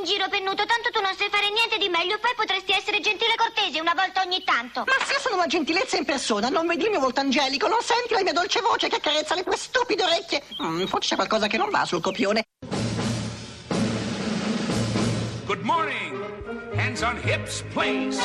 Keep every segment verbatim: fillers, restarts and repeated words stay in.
giro, Pennuto, tanto tu non sai fare niente di meglio. Poi potresti essere gentile e cortese una volta ogni tanto. Ma se io sono una gentilezza in persona, non vedi il mio volto angelico, non senti la mia dolce voce che accarezza le tue stupide orecchie? Mm, forse c'è qualcosa che non va sul copione. Good morning. Hands on hips, please.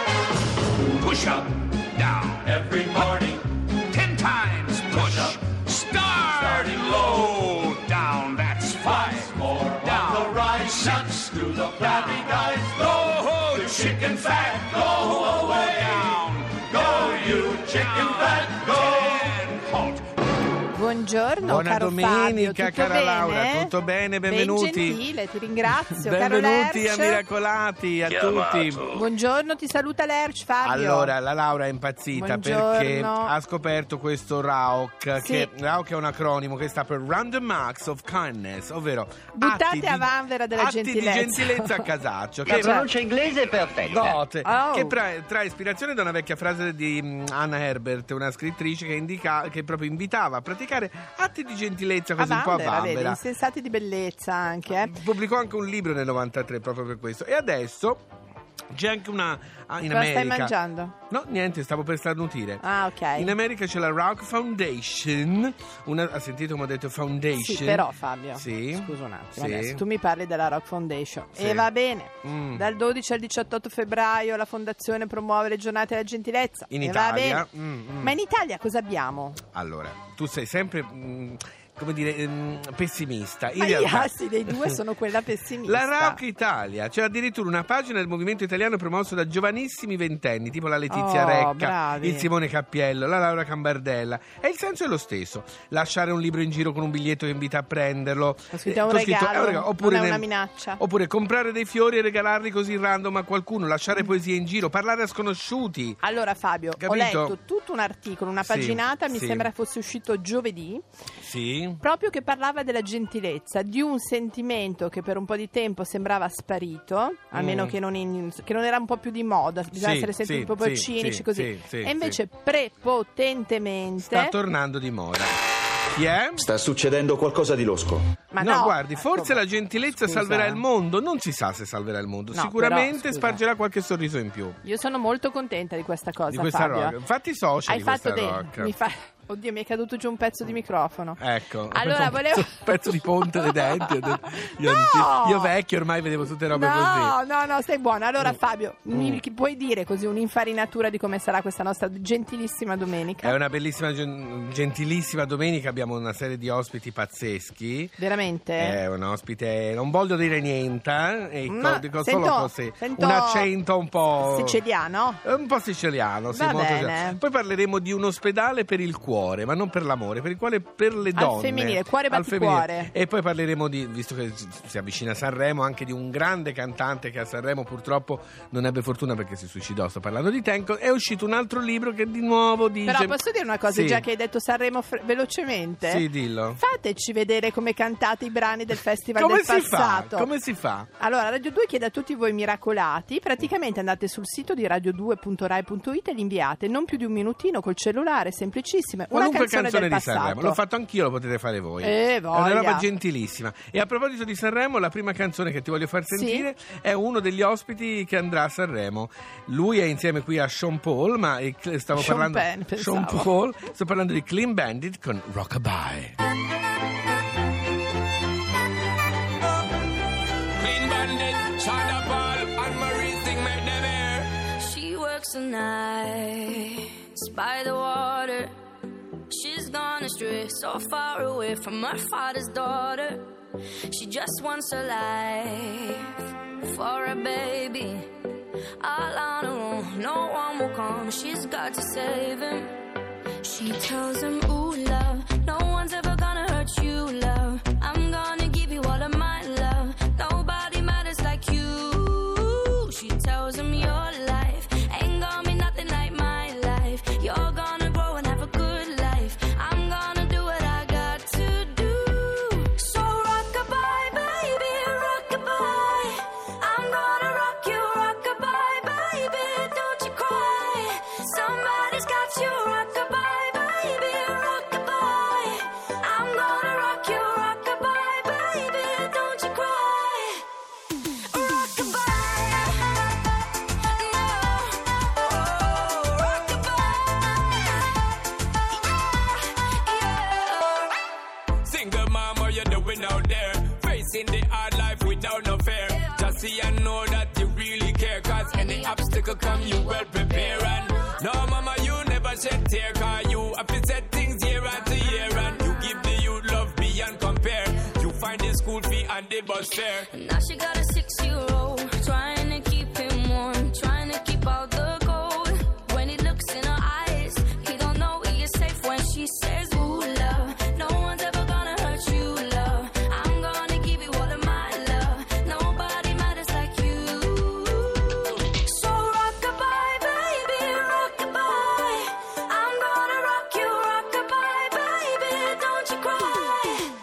Push up, down. Every morning. Ten times push up. Starting low, down. That's five. More down. On the rise. Six to the flabby guys. Go, you chicken fat. Go away. Down. Go, you chicken fat. Go. Ten. Halt. Buongiorno, buona caro domenica, Fabio, cara bene? Laura, tutto bene? Benvenuti. Ben gentile, ti ringrazio. Benvenuti caro a Miracolati, a Chiamato. tutti. Buongiorno, ti saluta Lerch, Fabio. Allora, la Laura è impazzita Buongiorno. perché ha scoperto questo R A O C, Sì. che R A O C è un acronimo che sta per Random Acts of Kindness, ovvero Buttate atti di, a vanvera della atti gentilezza. di gentilezza a casaccio. La che pronuncia inglese è perfetta. Gote, Oh. che trae, trae ispirazione da una vecchia frase di mm, Anna Herbert, una scrittrice che, indica, che proprio invitava a praticare atti di gentilezza così A un po' a vanvera, vedi, vanvera. insensati di bellezza anche. Eh. Pubblicò anche un libro nel novantatré proprio per questo. E adesso c'è anche una ah, in Cosa America. stai mangiando? No, niente, stavo per starnutire. Ah, ok. In America c'è la R A O C Foundation. Una, ha sentito come ho detto Foundation? Sì, però Fabio, Sì. scusa un attimo, Sì. adesso tu mi parli della Rock Foundation Sì. e va bene, Mm. dal dodici al diciotto febbraio la fondazione promuove le giornate della gentilezza In e Italia? va bene. Mm, mm. Ma in Italia cosa abbiamo? Allora, tu sei sempre, mm, come dire, mm, pessimista. In Ma io realtà- assi dei due sono quella pessimista. La R A O C Italia, c'è addirittura una pagina del movimento italiano promosso da giovanissimi ventenni, tipo la Letizia Oh, Recca, bravi. il Simone Cappiello, la Laura Cambardella. E il senso è lo stesso: lasciare un libro in giro con un biglietto che invita a prenderlo. Ho scritto, è un Eh, t'ho scritto, regalo, è un regalo. Oppure non è ne- una minaccia. Oppure comprare dei fiori e regalarli così random a qualcuno, lasciare poesie in giro, parlare a sconosciuti. Allora Fabio, Capito? ho letto tutto un articolo, una Sì, paginata, mi sì. sembra fosse uscito giovedì, Sì. proprio che parlava della gentilezza, di un sentimento che per un po' di tempo sembrava sparito, almeno Mm. che, non in- che non era un po' più di moda, bisogna Sì, essere sempre sì, un po' più sì, cinici sì, così. sì, sì, e invece sì. prepotentemente... Sta tornando di moda. Chi è? Sta succedendo qualcosa di losco. Ma no, no, guardi, forse ecco, la gentilezza scusa. salverà il mondo. Non si sa se salverà il mondo. No, Sicuramente però, scusa. spargerà qualche sorriso in più Io sono molto contenta di questa cosa, di questa Fabio. rock. Fatti social Hai di fatto questa bene. rock. Mi fa... Oddio, mi è caduto giù un pezzo di microfono. Ecco, Allora, un volevo- pezzo, pezzo di ponte dei denti. Io, No! io vecchio ormai vedevo tutte robe così. No, no, no, stai buona. Allora, Mm. Fabio, mi Mm. chi puoi dire così un'infarinatura di come sarà questa nostra gentilissima domenica? È una bellissima, gen- gentilissima domenica. Abbiamo una serie di ospiti pazzeschi. Veramente? È un ospite, non voglio dire niente, eh, Ma co- dico sento- solo così. sento Un accento un po' siciliano? Un po' siciliano, sì, Va molto bene. siciliano. Poi parleremo di un ospedale per il cuore, ma non per l'amore, per il cuore per le Al donne. femminile, cuore Al batticuore. femminile. E poi parleremo di, visto che si avvicina Sanremo, anche di un grande cantante che a Sanremo purtroppo non ebbe fortuna perché si suicidò. Sto parlando di Tenco. È uscito un altro libro che di nuovo dice... Però posso dire una cosa, Sì. già che hai detto Sanremo fre- velocemente? Sì, dillo. Fateci vedere come cantate i brani del festival Come del si fa? passato. Come si fa? Allora, Radio due chiede a tutti voi miracolati, praticamente andate sul sito di radio due punto rai punto it e li inviate non più di un minutino col cellulare, semplicissime, una Qualunque canzone, canzone, del di passato. Sanremo, l'ho fatto anch'io, lo potete fare voi. Eh, è voglia. una roba gentilissima. E a proposito di Sanremo, la prima canzone che ti voglio far Sì? sentire è uno degli ospiti che andrà a Sanremo. Lui è insieme qui a Sean Paul, ma è- stavo Sean parlando Penn, Sean pensavo. Paul, sto parlando di Clean Bandit con Rockabye. Clean Bandit, China Paul, and Marie thing make them air. She works the nights by the water. She's gone astray, so far away from her father's daughter. She just wants a life for a baby. All on her own, no one will come. She's got to save him. She tells him, ooh, love, no one's ever gonna hurt you, love. I'm gonna give you all of my love. Nobody matters like you. She tells him your life ain't gonna be nothing like my life. You're gonna grow and have a good life. I'm gonna do what I got to do. So rock-a-bye, baby, rock-a-bye. I'm gonna rock you, rock-a-bye, baby, don't you cry. Somebody's got you, rock-a-bye, baby, rock-a-bye. without no fear. Just see and know that you really care, cause any obstacle come, you well prepare. And no, mama, you never shed tear, cause you have to set things year after year. And you give the youth love beyond compare. You find the school fee and the bus fare. Now she got a six-year-old, trying to keep him warm, trying to keep out the cold. When he looks in her eyes, he don't know he is safe when she says, ooh, love, no one's ever gonna hurt you, love. I'm gonna give you all of my love. Nobody matters like you. So rock-a-bye, baby, rock-a-bye. I'm gonna rock you, rock-a-bye, baby, don't you cry.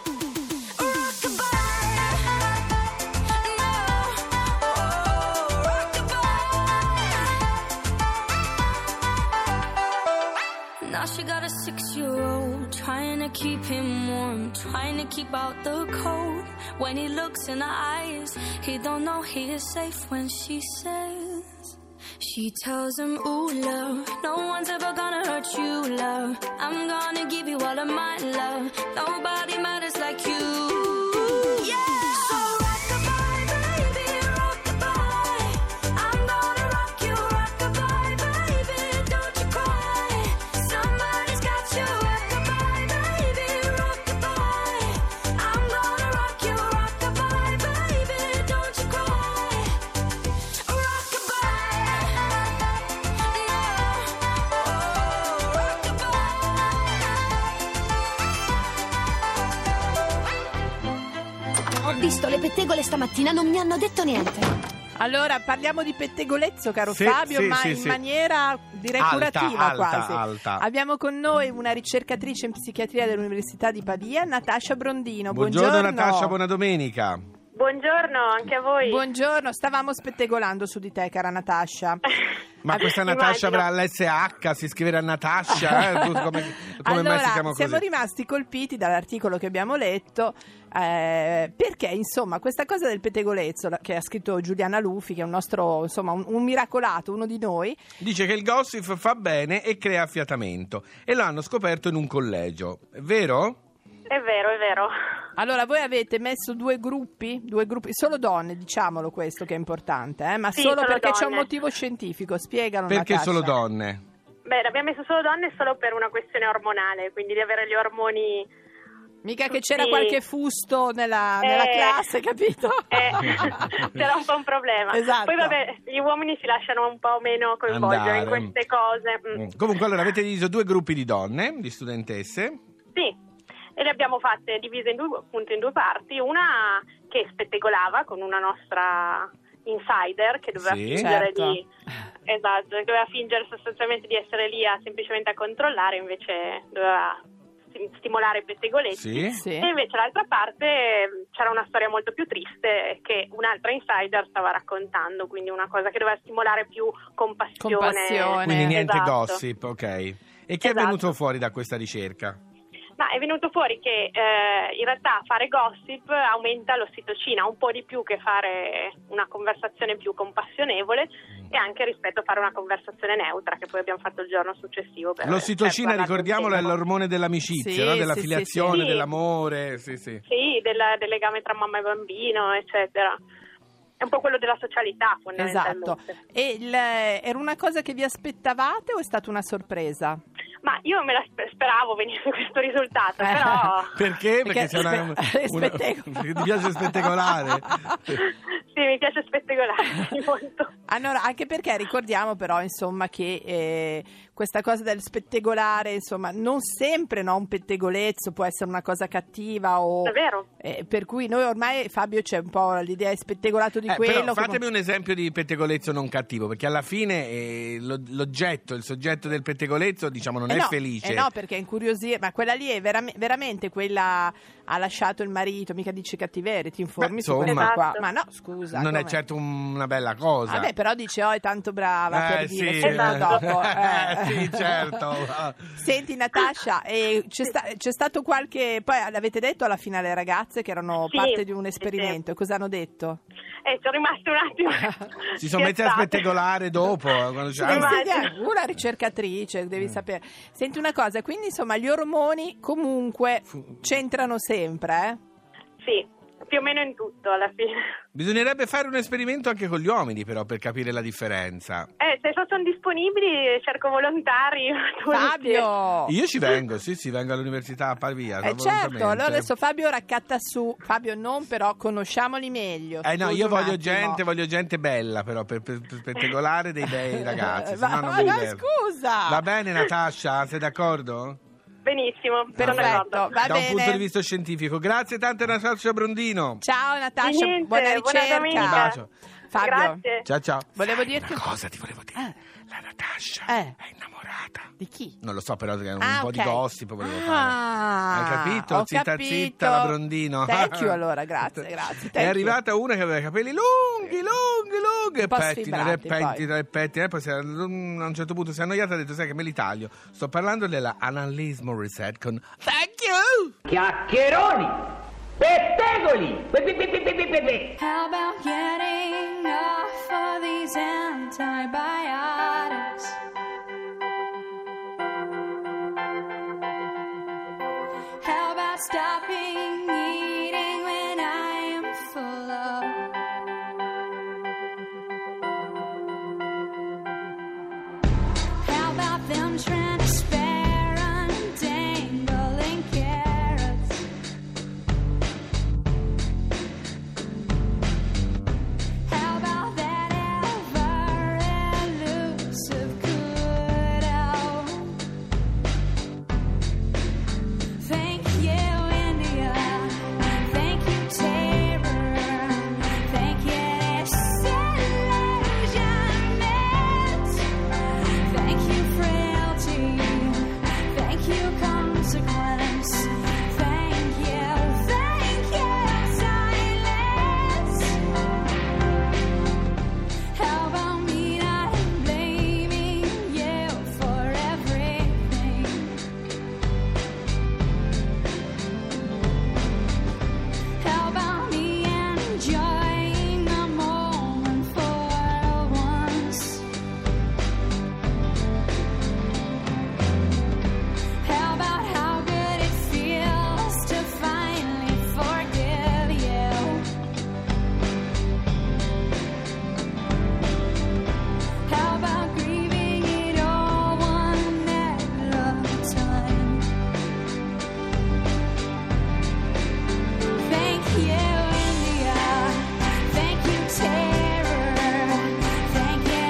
Now she got a six-year-old, trying to keep him warm, trying to keep out the cold. When he looks in her eyes, he don't know he is safe when she says, she tells him, ooh, love, no one's ever gonna hurt you, love. I'm gonna give you all of my love. Nobody matters like you. Yeah. So rock-a-bye, baby, rock-a-bye. I'm gonna rock you, rock-a-bye, baby, don't you cry. Somebody's got you, rock-a-bye, baby, rock-a-bye. I'm gonna rock you, rock-a-bye, baby, don't you cry. Ho visto le pettegole stamattina, non mi hanno detto niente. Allora, parliamo di pettegolezzo, caro Sì, Fabio, sì, ma sì, in sì. maniera direi Alta, curativa alta, quasi. alta. Abbiamo con noi una ricercatrice in psichiatria dell'Università di Pavia, Natascia Brondino. Buongiorno, Buongiorno, Natascia, buona domenica. Buongiorno anche a voi. Buongiorno, stavamo spettegolando su di te, cara Natascia. Ma questa Natascia Immagino. avrà l'S H, si scriverà Natascia, eh? Tu come, come allora, mai si chiama così? siamo rimasti colpiti dall'articolo che abbiamo letto, eh, perché insomma questa cosa del pettegolezzo la- che ha scritto Giuliana Lufi, che è un nostro, insomma, un, un miracolato, uno di noi. Dice che il gossip fa bene e crea affiatamento e lo hanno scoperto in un collegio, è vero? È vero, è vero. Allora, voi avete messo due gruppi, due gruppi, solo donne, diciamolo questo che è importante, eh? ma Sì, solo solo perché c'è un donne. motivo scientifico, spiegalo Perché Natascia. solo donne? Beh, l'abbiamo messo solo donne solo per una questione ormonale, quindi di avere gli ormoni... Mica che c'era Sì. qualche fusto nella, Eh, nella classe, capito? Eh, c'era un po' un problema. Esatto. Poi vabbè, gli uomini si lasciano un po' meno coinvolgere in Andare. queste cose. Mm. Mm. Comunque allora avete diviso due gruppi di donne, di studentesse. Sì, e le abbiamo fatte divise in due, appunto in due parti. Una che spettegolava con una nostra insider che doveva Sì. fingere Certo. di... Esatto, che doveva fingere sostanzialmente di essere lì a, semplicemente a controllare, invece doveva sti- stimolare i pettegolezzi. Sì. Sì. E invece l'altra parte eh, c'era una storia molto più triste che un'altra insider stava raccontando, quindi una cosa che doveva stimolare più compassione. Compassione. Quindi niente Esatto. gossip, ok. E che è Esatto. venuto fuori da questa ricerca? Ma è venuto fuori che eh, in realtà fare gossip aumenta l'ossitocina un po' di più che fare una conversazione più compassionevole e anche rispetto a fare una conversazione neutra che poi abbiamo fatto il giorno successivo. Per, L'ossitocina, per parlare ricordiamolo, è insieme. l'ormone dell'amicizia, Sì, no? Della sì, sì, filiazione, sì. dell'amore, sì, sì. Sì, del, del legame tra mamma e bambino, eccetera. È un po' quello della socialità, fondamentalmente. Esatto. E il- era una cosa che vi aspettavate o è stata una sorpresa? Ma io me la spe- speravo venisse questo risultato, però... Perché? Perché, Perché sei una, spe- una- spettacolo. ti piace spettacolare? Sì, mi piace spettacolare molto. Allora, anche perché ricordiamo però insomma che eh, questa cosa del spettegolare, insomma, non sempre, no, un pettegolezzo può essere una cosa cattiva o È vero. eh, per cui noi ormai, Fabio, c'è un po' l'idea è spettegolato di Eh, quello però che fatemi non- un esempio di pettegolezzo non cattivo, perché alla fine eh, lo- l'oggetto, il soggetto del pettegolezzo, diciamo, non Eh è no, felice. eh no, perché incuriosire, ma quella lì è veram- veramente quella ha lasciato il marito, mica dice cattiverie, ti informi Beh, su questa insomma. qua. Esatto. Ma no, scusa. non è come? certo un- una bella cosa. Vabbè, però dice, oh, è tanto brava per Eh, dire sì, subito eh. dopo. Eh, eh. sì, certo. Senti Natascia, eh, c'è, sta- c'è stato qualche, poi l'avete detto alla fine alle ragazze che erano Sì, parte di un sì, esperimento, cosa hanno detto? Eh, sono rimasti un attimo Si sono messi a spiazzate. spettegolare dopo. eh, quando c'è- Devi immagino. sentire, una ricercatrice, devi sapere. Senti una cosa, quindi insomma gli ormoni comunque c'entrano sempre, eh? Sì, più o meno in tutto alla fine. Bisognerebbe fare un esperimento anche con gli uomini, però, per capire la differenza. Eh, se sono disponibili cerco volontari. Fabio! Io ci vengo, sì, sì, vengo all'università a Pavia. Eh certo, allora adesso Fabio raccatta su. Fabio non, però conosciamoli meglio. Eh no, Scusi io un voglio attimo. gente, voglio gente bella, però, per, per, per pettegolare dei bei ragazzi. Ma, sennò non ma mi no, diverto. scusa! Va bene, Natascia, sei d'accordo? Benissimo, Perfetto, va da bene. un punto di vista scientifico. Grazie tante, Natascia Brondino. Ciao Natascia, Niente, buona buona ricerca. domenica. Un bacio. Fabio, Grazie. Ciao ciao. volevo dirti Una cosa ti volevo dire. Eh. La Natascia Eh. è innamorata. Di chi? Non lo so, però è un Ah, po' ok. di gossip volevo fare. Ah, Hai capito? ho Zitta capito. zitta la Brondino. Thank you allora, grazie, grazie. È thank you. arrivata una che aveva i capelli lunghi, lunghi, lunghi, e Un po' pettina, e sfibrati, pettina, e pettina. E poi si è- a un certo punto si è annoiata e ha detto: sai che me li taglio. Sto parlando della Annalise Morissette con Thank you! Chiacchieroni! Pettegoli! Be- be- be- be- be- be- be- How about getting off of these antibiotics? How about stopping eating when I am full of? How about them transparent dangling carrots? How about that ever elusive good-out? Thank you, India. Thank you, terror. Thank you, disillusionment. Thank you, frailty. Thank you, consequence. Thank you, thank you, silence. How about me not blaming you for everything? How about me enjoying the moment for once? How about how good it feels to finally forgive you? How about grieving it all one at a time? Thank you, India. Thank you, terror. Thank you,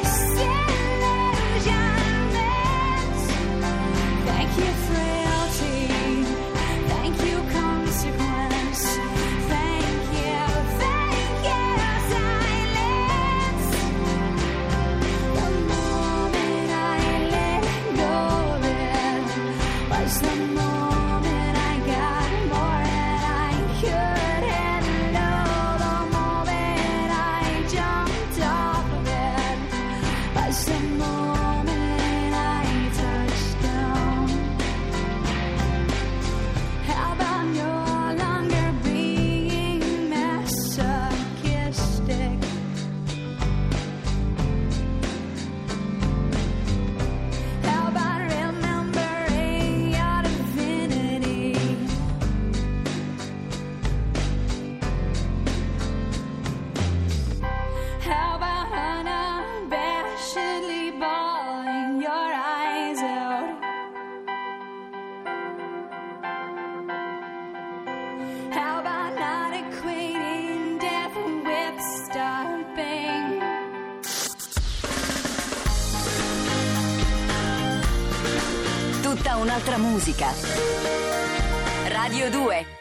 disillusionment. Thank you, frailty. Thank you, consequence. Thank you, thank you, silence. The moment I let go of it was the moment I got more than I could handle. The moment I jumped off of it was the moment I touched down. How about no longer being masochistic? How about remembering your divinity? How about unabashedly bawling your eyes out? How about not equating death with stopping? Tutta un'altra musica. Radio due.